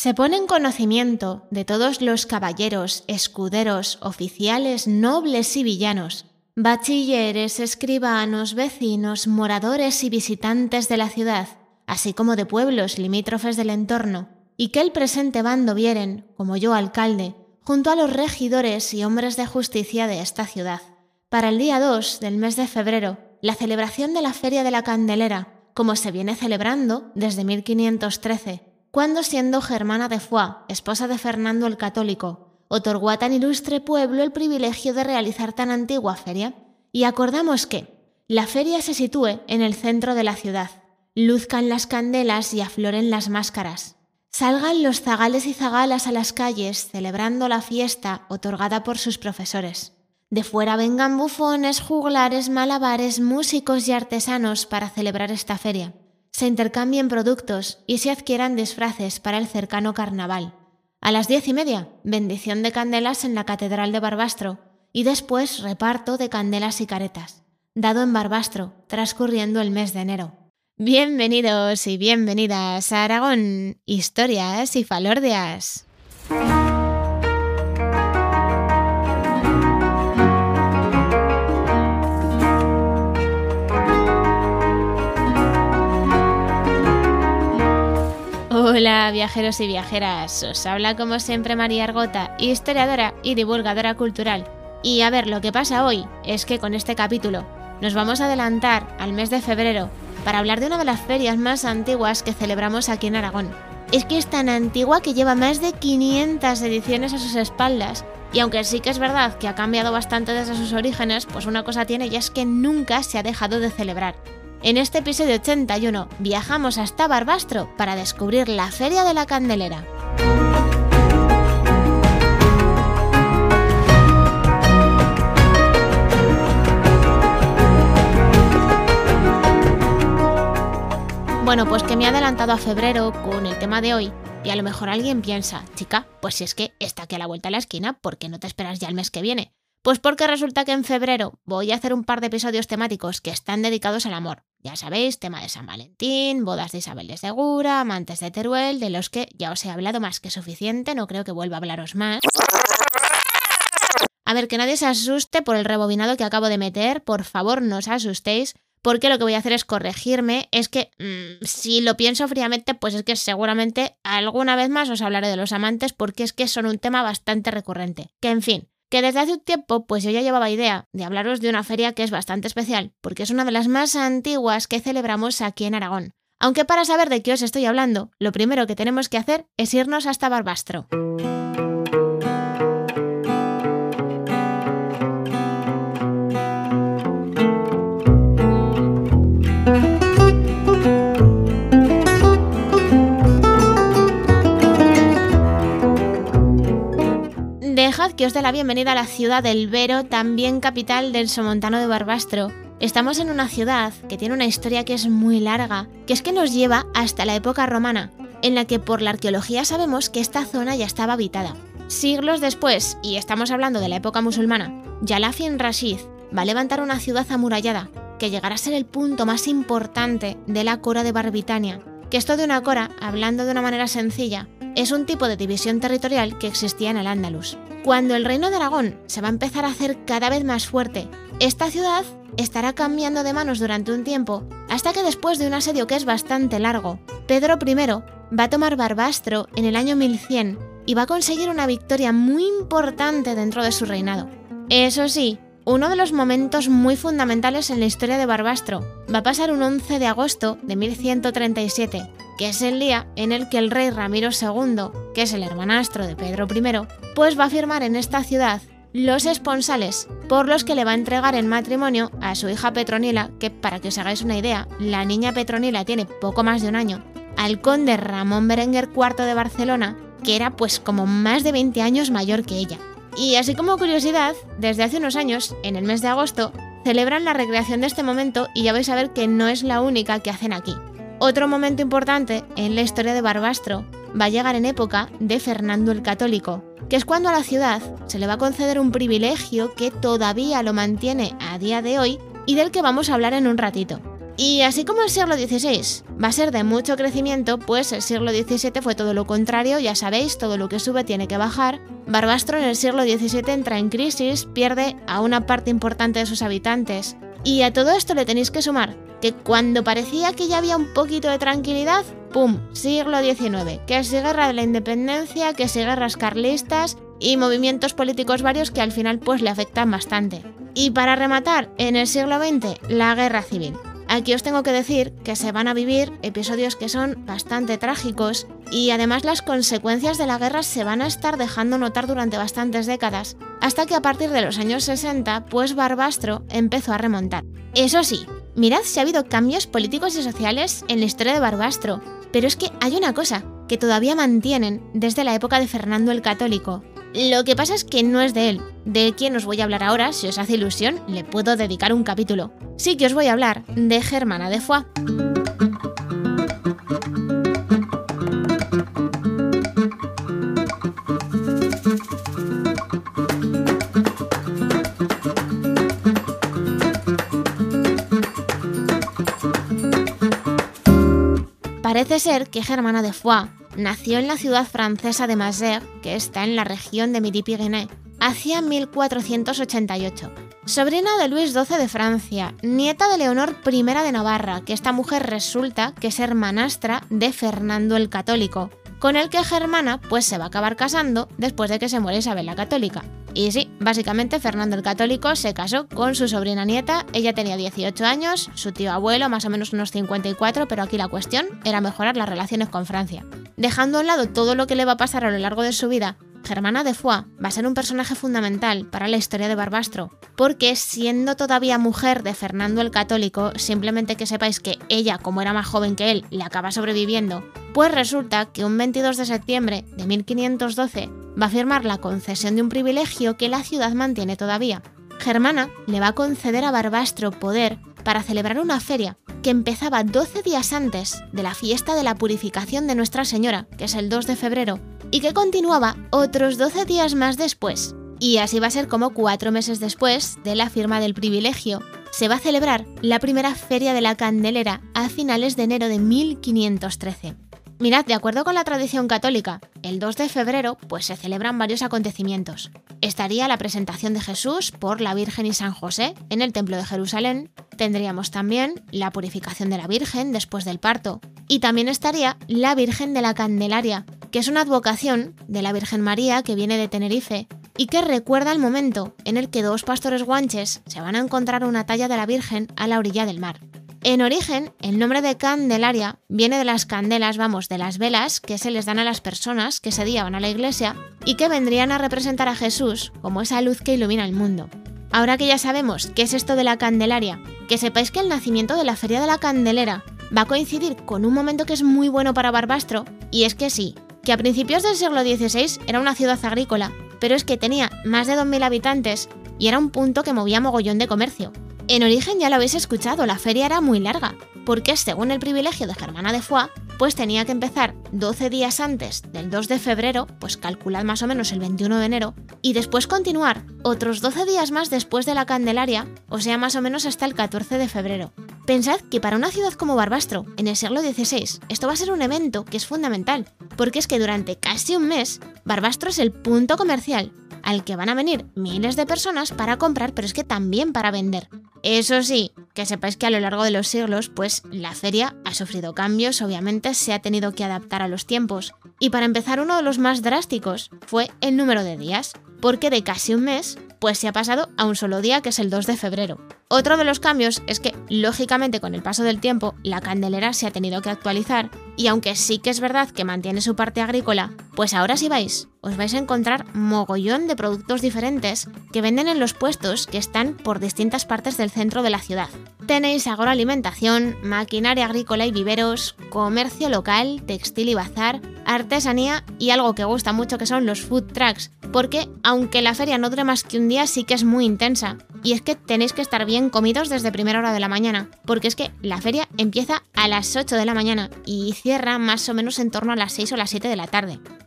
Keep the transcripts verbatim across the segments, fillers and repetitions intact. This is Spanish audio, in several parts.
Se pone en conocimiento de todos los caballeros, escuderos, oficiales, nobles y villanos, bachilleres, escribanos, vecinos, moradores y visitantes de la ciudad, así como de pueblos limítrofes del entorno, y que el presente bando vieren, como yo alcalde, junto a los regidores y hombres de justicia de esta ciudad, para el día dos del mes de febrero, la celebración de la Feria de la Candelera, como se viene celebrando desde mil quinientos trece, cuando siendo Germana de Foix, esposa de Fernando el Católico, otorgó a tan ilustre pueblo el privilegio de realizar tan antigua feria, y acordamos que la feria se sitúe en el centro de la ciudad, luzcan las candelas y afloren las máscaras, salgan los zagales y zagalas a las calles celebrando la fiesta otorgada por sus profesores. De fuera vengan bufones, juglares, malabares, músicos y artesanos para celebrar esta feria. Se intercambien productos y se adquieran disfraces para el cercano carnaval. A las diez y media, bendición de candelas en la Catedral de Barbastro y después reparto de candelas y caretas, dado en Barbastro, transcurriendo el mes de enero. Bienvenidos y bienvenidas a Aragón, historias y falordias. Hola viajeros y viajeras, os habla como siempre María Argota, historiadora y divulgadora cultural. Y a ver, lo que pasa hoy es que con este capítulo nos vamos a adelantar al mes de febrero para hablar de una de las ferias más antiguas que celebramos aquí en Aragón. Es que es tan antigua que lleva más de quinientas ediciones a sus espaldas, y aunque sí que es verdad que ha cambiado bastante desde sus orígenes, pues una cosa tiene y es que nunca se ha dejado de celebrar. En este episodio ochenta y uno viajamos hasta Barbastro para descubrir la Feria de la Candelera. Bueno, pues que me he adelantado a febrero con el tema de hoy y a lo mejor alguien piensa, chica, pues si es que está aquí a la vuelta de la esquina, ¿por qué no te esperas ya el mes que viene? Pues porque resulta que en febrero voy a hacer un par de episodios temáticos que están dedicados al amor. Ya sabéis, tema de San Valentín, bodas de Isabel de Segura, amantes de Teruel, de los que ya os he hablado más que suficiente, no creo que vuelva a hablaros más. A ver, que nadie se asuste por el rebobinado que acabo de meter, por favor no os asustéis, porque lo que voy a hacer es corregirme, es que mmm, si lo pienso fríamente, pues es que seguramente alguna vez más os hablaré de los amantes porque es que son un tema bastante recurrente. Que en fin, que desde hace un tiempo pues yo ya llevaba idea de hablaros de una feria que es bastante especial, porque es una de las más antiguas que celebramos aquí en Aragón. Aunque para saber de qué os estoy hablando, lo primero que tenemos que hacer es irnos hasta Barbastro. Dejad que os dé la bienvenida a la ciudad del Vero, también capital del somontano de Barbastro. Estamos en una ciudad que tiene una historia que es muy larga, que es que nos lleva hasta la época romana, en la que por la arqueología sabemos que esta zona ya estaba habitada. Siglos después, y estamos hablando de la época musulmana, Jalafin Rashid va a levantar una ciudad amurallada que llegará a ser el punto más importante de la Cora de Barbitania, que esto de una cora, hablando de una manera sencilla, es un tipo de división territorial que existía en Al-Ándalus. Cuando el reino de Aragón se va a empezar a hacer cada vez más fuerte, esta ciudad estará cambiando de manos durante un tiempo, hasta que después de un asedio que es bastante largo, Pedro primero va a tomar Barbastro en el año mil cien y va a conseguir una victoria muy importante dentro de su reinado. Eso sí, uno de los momentos muy fundamentales en la historia de Barbastro va a pasar un once de agosto de mil ciento treinta y siete, que es el día en el que el rey Ramiro segundo, que es el hermanastro de Pedro primero, pues va a firmar en esta ciudad los esponsales por los que le va a entregar en matrimonio a su hija Petronila, que para que os hagáis una idea, la niña Petronila tiene poco más de un año, al conde Ramón Berenguer cuarto de Barcelona, que era pues como más de veinte años mayor que ella. Y así como curiosidad, desde hace unos años, en el mes de agosto, celebran la recreación de este momento y ya vais a ver que no es la única que hacen aquí. Otro momento importante en la historia de Barbastro va a llegar en época de Fernando el Católico, que es cuando a la ciudad se le va a conceder un privilegio que todavía lo mantiene a día de hoy y del que vamos a hablar en un ratito. Y así como el siglo dieciséis va a ser de mucho crecimiento, pues el siglo diecisiete fue todo lo contrario, ya sabéis, todo lo que sube tiene que bajar. Barbastro en el siglo diecisiete entra en crisis, pierde a una parte importante de sus habitantes. Y a todo esto le tenéis que sumar que cuando parecía que ya había un poquito de tranquilidad, ¡pum!, siglo diecinueve, que si guerra de la independencia, que si guerras carlistas y movimientos políticos varios que al final pues le afectan bastante. Y para rematar, en el siglo veinte, la guerra civil. Aquí os tengo que decir que se van a vivir episodios que son bastante trágicos y además las consecuencias de la guerra se van a estar dejando notar durante bastantes décadas, hasta que a partir de los años sesenta, pues Barbastro empezó a remontar. Eso sí, mirad si ha habido cambios políticos y sociales en la historia de Barbastro, pero es que hay una cosa que todavía mantienen desde la época de Fernando el Católico. Lo que pasa es que no es de él, de quien os voy a hablar ahora. Si os hace ilusión, le puedo dedicar un capítulo. Sí que os voy a hablar de Germana de Foix. Parece ser que Germana de Foix nació en la ciudad francesa de Mazères, que está en la región de Midi-Pyrénées, hacia mil cuatrocientos ochenta y ocho. Sobrina de Luis doce de Francia, nieta de Leonor primera de Navarra, que esta mujer resulta que es hermanastra de Fernando el Católico, con el que Germana pues se va a acabar casando después de que se muere Isabel la Católica. Y sí, básicamente Fernando el Católico se casó con su sobrina nieta, ella tenía dieciocho años, su tío abuelo más o menos unos cincuenta y cuatro, pero aquí la cuestión era mejorar las relaciones con Francia. Dejando a un lado todo lo que le va a pasar a lo largo de su vida, Germana de Foix va a ser un personaje fundamental para la historia de Barbastro, porque siendo todavía mujer de Fernando el Católico, simplemente que sepáis que ella, como era más joven que él, le acaba sobreviviendo, pues resulta que un veintidós de septiembre de mil quinientos doce va a firmar la concesión de un privilegio que la ciudad mantiene todavía. Germana le va a conceder a Barbastro poder para celebrar una feria que empezaba doce días antes de la fiesta de la purificación de Nuestra Señora, que es el dos de febrero, y que continuaba otros doce días más después. Y así va a ser como cuatro meses después de la firma del privilegio, se va a celebrar la primera Feria de la Candelera a finales de enero de mil quinientos trece. Mirad, de acuerdo con la tradición católica, el dos de febrero pues se celebran varios acontecimientos. Estaría la presentación de Jesús por la Virgen y San José en el Templo de Jerusalén. Tendríamos también la purificación de la Virgen después del parto. Y también estaría la Virgen de la Candelaria, que es una advocación de la Virgen María que viene de Tenerife y que recuerda el momento en el que dos pastores guanches se van a encontrar una talla de la Virgen a la orilla del mar. En origen, el nombre de Candelaria viene de las candelas, vamos, de las velas que se les dan a las personas que ese día van a la iglesia y que vendrían a representar a Jesús como esa luz que ilumina el mundo. Ahora que ya sabemos qué es esto de la Candelaria, que sepáis que el nacimiento de la Feria de la Candelera va a coincidir con un momento que es muy bueno para Barbastro, y es que sí, que a principios del siglo dieciséis era una ciudad agrícola, pero es que tenía más de dos mil habitantes y era un punto que movía mogollón de comercio. En origen ya lo habéis escuchado, la feria era muy larga, porque según el privilegio de Germana de Foix, pues tenía que empezar doce días antes del dos de febrero, pues calculad más o menos el veintiuno de enero, y después continuar otros doce días más después de la Candelaria, o sea más o menos hasta el catorce de febrero. Pensad que para una ciudad como Barbastro, en el siglo dieciséis, esto va a ser un evento que es fundamental, porque es que durante casi un mes, Barbastro es el punto comercial al que van a venir miles de personas para comprar, pero es que también para vender. Eso sí, que sepáis que a lo largo de los siglos, pues la feria ha sufrido cambios, obviamente se ha tenido que adaptar a los tiempos. Y para empezar, uno de los más drásticos fue el número de días, porque de casi un mes, pues se ha pasado a un solo día, que es el dos de febrero. Otro de los cambios es que, lógicamente, con el paso del tiempo, la Candelera se ha tenido que actualizar, y aunque sí que es verdad que mantiene su parte agrícola, pues ahora si vais, os vais a encontrar mogollón de productos diferentes que venden en los puestos que están por distintas partes del centro de la ciudad. Tenéis agroalimentación, maquinaria agrícola y viveros, comercio local, textil y bazar, artesanía y algo que gusta mucho que son los food trucks, porque aunque la feria no dure más que un día, sí que es muy intensa. Y es que tenéis que estar bien comidos desde primera hora de la mañana, porque es que la feria empieza a las ocho de la mañana y cierra más o menos en torno a las seis o las siete de la tarde.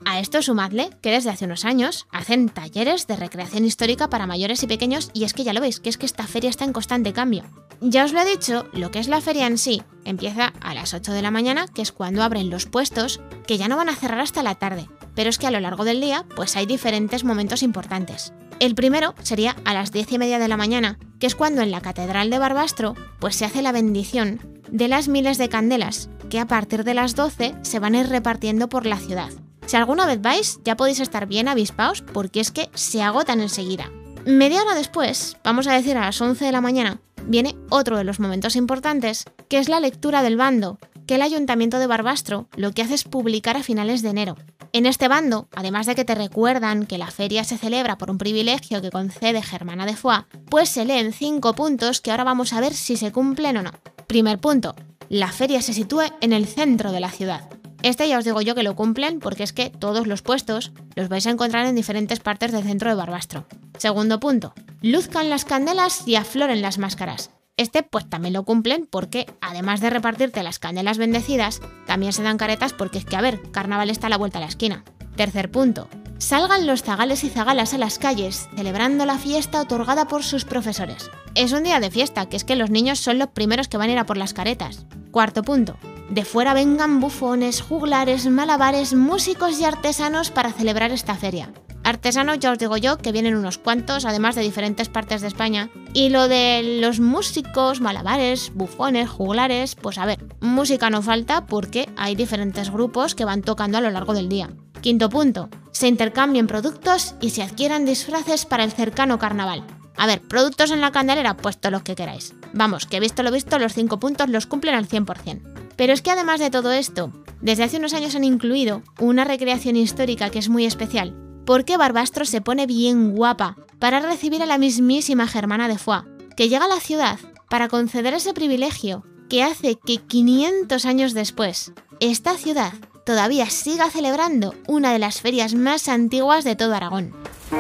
A esto sumadle que desde hace unos años hacen talleres de recreación histórica para mayores y pequeños y es que ya lo veis, que es que esta feria está en constante cambio. Ya os lo he dicho, lo que es la feria en sí empieza a las ocho de la mañana, que es cuando abren los puestos, que ya no van a cerrar hasta la tarde, pero es que a lo largo del día pues hay diferentes momentos importantes. El primero sería a las diez y media de la mañana, que es cuando en la Catedral de Barbastro pues se hace la bendición de las miles de candelas, que a partir de las doce se van a ir repartiendo por la ciudad. Si alguna vez vais, ya podéis estar bien avispaos porque es que se agotan enseguida. Media hora después, vamos a decir a las once de la mañana, viene otro de los momentos importantes, que es la lectura del bando, que el Ayuntamiento de Barbastro lo que hace es publicar a finales de enero. En este bando, además de que te recuerdan que la feria se celebra por un privilegio que concede Germana de Foix, pues se leen cinco puntos que ahora vamos a ver si se cumplen o no. Primer punto, la feria se sitúe en el centro de la ciudad. Este ya os digo yo que lo cumplen porque es que todos los puestos los vais a encontrar en diferentes partes del centro de Barbastro. Segundo punto, luzcan las candelas y afloren las máscaras. Este pues también lo cumplen porque además de repartirte las candelas bendecidas, también se dan caretas porque es que a ver, carnaval está a la vuelta a la esquina. Tercer punto, salgan los zagales y zagalas a las calles celebrando la fiesta otorgada por sus profesores. Es un día de fiesta, que es que los niños son los primeros que van a ir a por las caretas. Cuarto punto, de fuera vengan bufones, juglares, malabares, músicos y artesanos para celebrar esta feria. Artesanos ya os digo yo que vienen unos cuantos, además de diferentes partes de España. Y lo de los músicos, malabares, bufones, juglares, pues a ver, música no falta porque hay diferentes grupos que van tocando a lo largo del día. Quinto punto, se intercambien productos y se adquieran disfraces para el cercano carnaval. A ver, productos en la candelera, pues todos los que queráis. Vamos, que visto lo visto, los cinco puntos los cumplen al cien por ciento. Pero es que además de todo esto, desde hace unos años han incluido una recreación histórica que es muy especial, porque Barbastro se pone bien guapa para recibir a la mismísima Germana de Foix, que llega a la ciudad para conceder ese privilegio que hace que quinientos años después, esta ciudad todavía siga celebrando una de las ferias más antiguas de todo Aragón.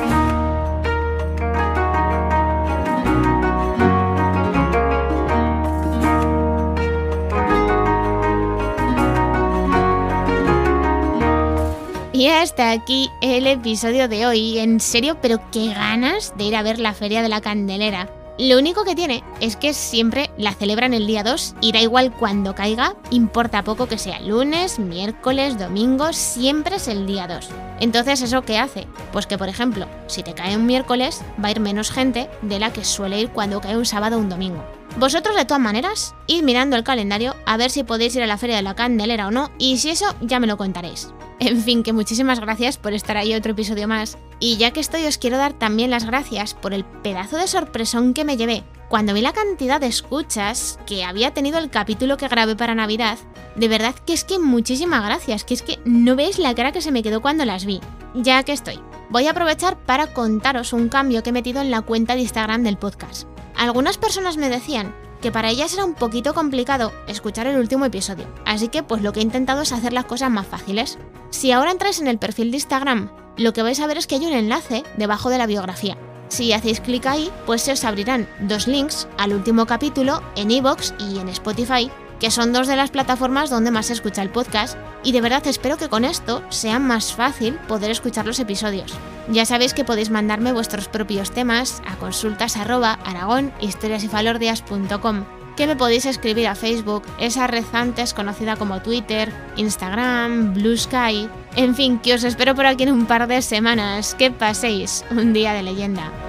Y hasta aquí el episodio de hoy. En serio, pero qué ganas de ir a ver la Feria de la Candelera. Lo único que tiene es que siempre la celebran el día dos y da igual cuando caiga, importa poco que sea lunes, miércoles, domingo, siempre es el día dos. Entonces, ¿eso qué hace? Pues que, por ejemplo, si te cae un miércoles, va a ir menos gente de la que suele ir cuando cae un sábado o un domingo. Vosotros, de todas maneras, id mirando el calendario a ver si podéis ir a la Feria de la Candelera o no, y si eso, ya me lo contaréis. En fin, que muchísimas gracias por estar ahí otro episodio más. Y ya que estoy, os quiero dar también las gracias por el pedazo de sorpresón que me llevé cuando vi la cantidad de escuchas que había tenido el capítulo que grabé para Navidad. De verdad que es que muchísimas gracias, que es que no veis la cara que se me quedó cuando las vi. Ya que estoy, voy a aprovechar para contaros un cambio que he metido en la cuenta de Instagram del podcast. Algunas personas me decían que para ellas era un poquito complicado escuchar el último episodio, así que pues lo que he intentado es hacer las cosas más fáciles. Si ahora entráis en el perfil de Instagram, lo que vais a ver es que hay un enlace debajo de la biografía. Si hacéis clic ahí, pues se os abrirán dos links al último capítulo en iVoox y en Spotify, que son dos de las plataformas donde más se escucha el podcast, y de verdad espero que con esto sea más fácil poder escuchar los episodios. Ya sabéis que podéis mandarme vuestros propios temas a consultas arroba aragonhistoriasyfalordias punto com, que me podéis escribir a Facebook, esa red antes conocida como Twitter, Instagram, Blue Sky. En fin, que os espero por aquí en un par de semanas. Que paséis un día de leyenda.